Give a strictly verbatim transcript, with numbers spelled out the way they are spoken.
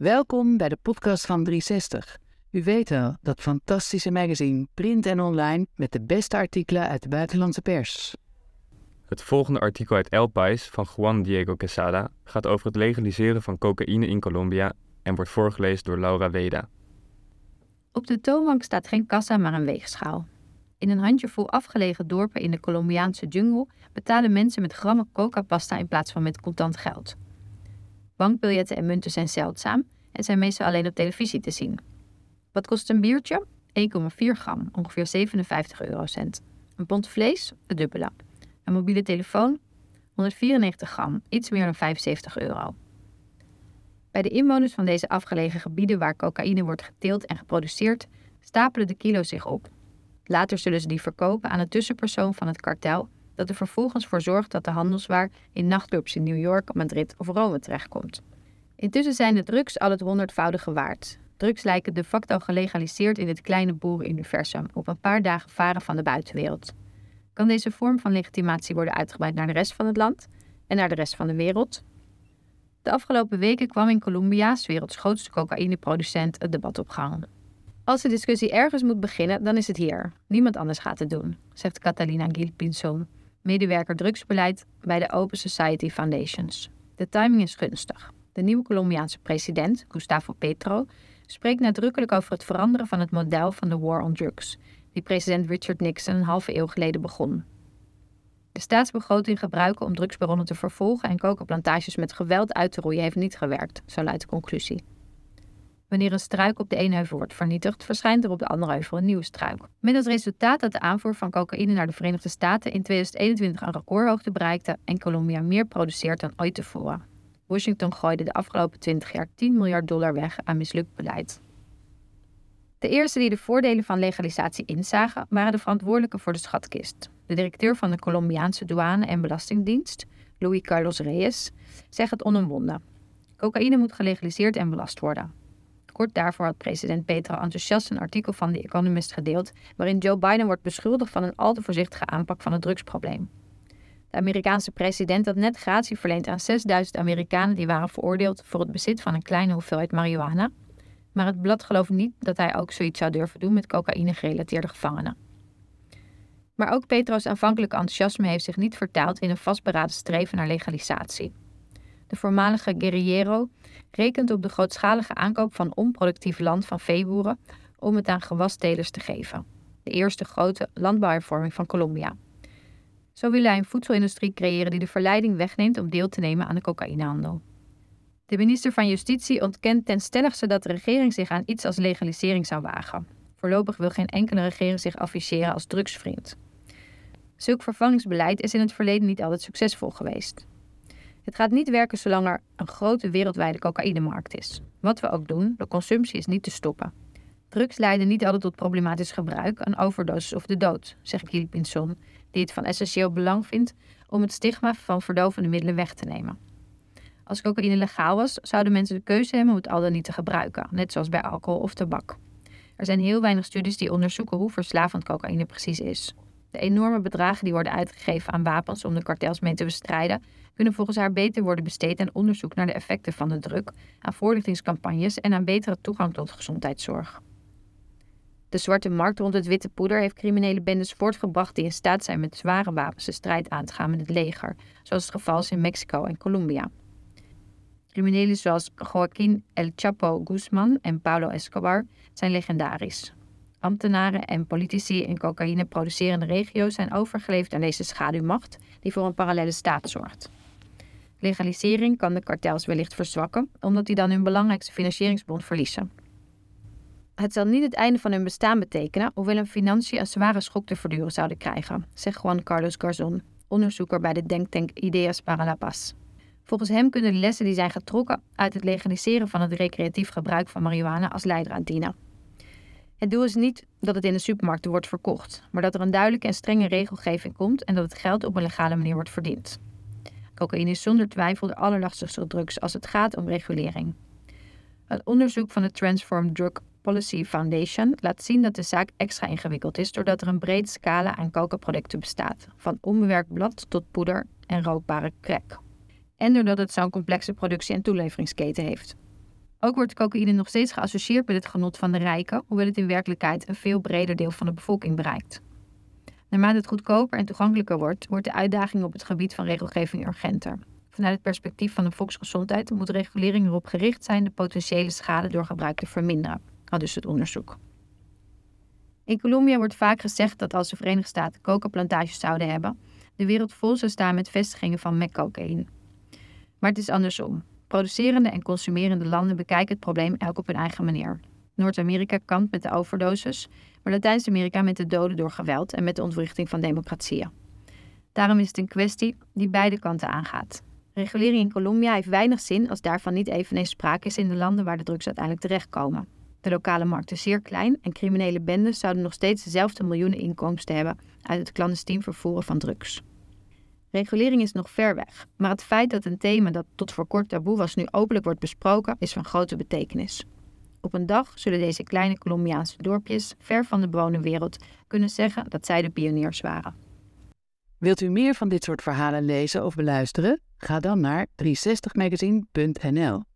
Welkom bij de podcast van driehonderdzestig. U weet wel, dat fantastische magazine, print en online, met de beste artikelen uit de buitenlandse pers. Het volgende artikel uit El País van Juan Diego Quesada gaat over het legaliseren van cocaïne in Colombia en wordt voorgelezen door Laura Weda. Op de toonbank staat geen kassa, maar een weegschaal. In een handjevol afgelegen dorpen in de Colombiaanse jungle betalen mensen met grammen coca-pasta in plaats van met contant geld. Bankbiljetten en munten zijn zeldzaam en zijn meestal alleen op televisie te zien. Wat kost een biertje? één komma vier gram, ongeveer zevenenvijftig eurocent. Een pond vlees? Het dubbele. Een mobiele telefoon? honderdvierennegentig gram, iets meer dan vijfenzeventig euro. Bij de inwoners van deze afgelegen gebieden waar cocaïne wordt geteeld en geproduceerd, stapelen de kilo's zich op. Later zullen ze die verkopen aan een tussenpersoon van het kartel, dat er vervolgens voor zorgt dat de handelswaar in nachtclubs in New York, Madrid of Rome terechtkomt. Intussen zijn de drugs al het honderdvoudige waard. Drugs lijken de facto gelegaliseerd in dit kleine boerenuniversum, op een paar dagen varen van de buitenwereld. Kan deze vorm van legitimatie worden uitgebreid naar de rest van het land en naar de rest van de wereld? De afgelopen weken kwam in Colombia, 's werelds grootste cocaïneproducent, het debat op gang. Als de discussie ergens moet beginnen, dan is het hier. Niemand anders gaat het doen, zegt Catalina Gil Pinzón, medewerker drugsbeleid bij de Open Society Foundations. De timing is gunstig. De nieuwe Colombiaanse president, Gustavo Petro, spreekt nadrukkelijk over het veranderen van het model van de war on drugs, die president Richard Nixon een halve eeuw geleden begon. De staatsbegroting gebruiken om drugsbaronnen te vervolgen en coca-plantages met geweld uit te roeien heeft niet gewerkt, zo luidt de conclusie. Wanneer een struik op de ene heuvel wordt vernietigd, verschijnt er op de andere heuvel een nieuwe struik. Met als resultaat dat de aanvoer van cocaïne naar de Verenigde Staten in tweeduizend eenentwintig een recordhoogte bereikte en Colombia meer produceert dan ooit tevoren. Washington gooide de afgelopen twintig jaar tien miljard dollar weg aan mislukt beleid. De eerste die de voordelen van legalisatie inzagen, waren de verantwoordelijken voor de schatkist. De directeur van de Colombiaanse douane- en belastingdienst, Luis Carlos Reyes, zegt het onomwonden. Cocaïne moet gelegaliseerd en belast worden. Kort daarvoor had president Petro enthousiast een artikel van The Economist gedeeld, waarin Joe Biden wordt beschuldigd van een al te voorzichtige aanpak van het drugsprobleem. De Amerikaanse president had net gratie verleend aan zesduizend Amerikanen die waren veroordeeld voor het bezit van een kleine hoeveelheid marihuana, maar het blad gelooft niet dat hij ook zoiets zou durven doen met cocaïne-gerelateerde gevangenen. Maar ook Petro's aanvankelijke enthousiasme heeft zich niet vertaald in een vastberaden streven naar legalisatie. De voormalige guerrillero rekent op de grootschalige aankoop van onproductief land van veeboeren om het aan gewastelers te geven. De eerste grote landbouwhervorming van Colombia. Zo wil hij een voedselindustrie creëren die de verleiding wegneemt om deel te nemen aan de cocaïnehandel. De minister van Justitie ontkent ten stelligste dat de regering zich aan iets als legalisering zou wagen. Voorlopig wil geen enkele regering zich afficheren als drugsvriend. Zulk vervangingsbeleid is in het verleden niet altijd succesvol geweest. Het gaat niet werken zolang er een grote wereldwijde cocaïnemarkt is. Wat we ook doen, de consumptie is niet te stoppen. Drugs leiden niet altijd tot problematisch gebruik, een overdosis of de dood, zegt Gil Pinzón, die het van essentieel belang vindt om het stigma van verdovende middelen weg te nemen. Als cocaïne legaal was, zouden mensen de keuze hebben om het al dan niet te gebruiken, net zoals bij alcohol of tabak. Er zijn heel weinig studies die onderzoeken hoe verslavend cocaïne precies is. De enorme bedragen die worden uitgegeven aan wapens om de kartels mee te bestrijden, kunnen volgens haar beter worden besteed aan onderzoek naar de effecten van de drug, aan voorlichtingscampagnes en aan betere toegang tot gezondheidszorg. De zwarte markt rond het witte poeder heeft criminele bendes voortgebracht die in staat zijn met zware wapens de strijd aan te gaan met het leger, zoals het geval is in Mexico en Colombia. Criminelen zoals Joaquín El Chapo Guzmán en Pablo Escobar zijn legendarisch. Ambtenaren en politici in cocaïne-producerende regio's zijn overgeleverd aan deze schaduwmacht die voor een parallelle staat zorgt. Legalisering kan de kartels wellicht verzwakken, omdat die dan hun belangrijkste financieringsbron verliezen. Het zal niet het einde van hun bestaan betekenen, hoewel hun financiën een zware schok te verduren zouden krijgen, zegt Juan Carlos Garzón, onderzoeker bij de denktank Ideas para la Paz. Volgens hem kunnen de lessen die zijn getrokken uit het legaliseren van het recreatief gebruik van marihuana als leidraad dienen. Het doel is niet dat het in de supermarkten wordt verkocht, maar dat er een duidelijke en strenge regelgeving komt en dat het geld op een legale manier wordt verdiend. Cocaïne is zonder twijfel de allerlastigste drugs als het gaat om regulering. Een onderzoek van de Transformed Drug Policy Foundation laat zien dat de zaak extra ingewikkeld is doordat er een breed scala aan coca-producten bestaat, van onbewerkt blad tot poeder en rookbare crack. En doordat het zo'n complexe productie- en toeleveringsketen heeft. Ook wordt cocaïne nog steeds geassocieerd met het genot van de rijken, hoewel het in werkelijkheid een veel breder deel van de bevolking bereikt. Naarmate het goedkoper en toegankelijker wordt, wordt de uitdaging op het gebied van regelgeving urgenter. Vanuit het perspectief van de volksgezondheid moet regulering erop gericht zijn de potentiële schade door gebruik te verminderen, aldus het onderzoek. In Colombia wordt vaak gezegd dat als de Verenigde Staten coca-plantages zouden hebben, de wereld vol zou staan met vestigingen van meth-cocaïne. Maar het is andersom. Producerende en consumerende landen bekijken het probleem elk op hun eigen manier. Noord-Amerika kampt met de overdoses, maar Latijns-Amerika met de doden door geweld en met de ontwrichting van democratieën. Daarom is het een kwestie die beide kanten aangaat. Regulering in Colombia heeft weinig zin als daarvan niet eveneens sprake is in de landen waar de drugs uiteindelijk terechtkomen. De lokale markt is zeer klein en criminele bendes zouden nog steeds dezelfde miljoenen inkomsten hebben uit het clandestien vervoeren van drugs. Regulering is nog ver weg, maar het feit dat een thema dat tot voor kort taboe was nu openlijk wordt besproken is van grote betekenis. Op een dag zullen deze kleine Colombiaanse dorpjes, ver van de bewoonde wereld, kunnen zeggen dat zij de pioniers waren. Wilt u meer van dit soort verhalen lezen of beluisteren? Ga dan naar driehonderdzestig magazine punt n l.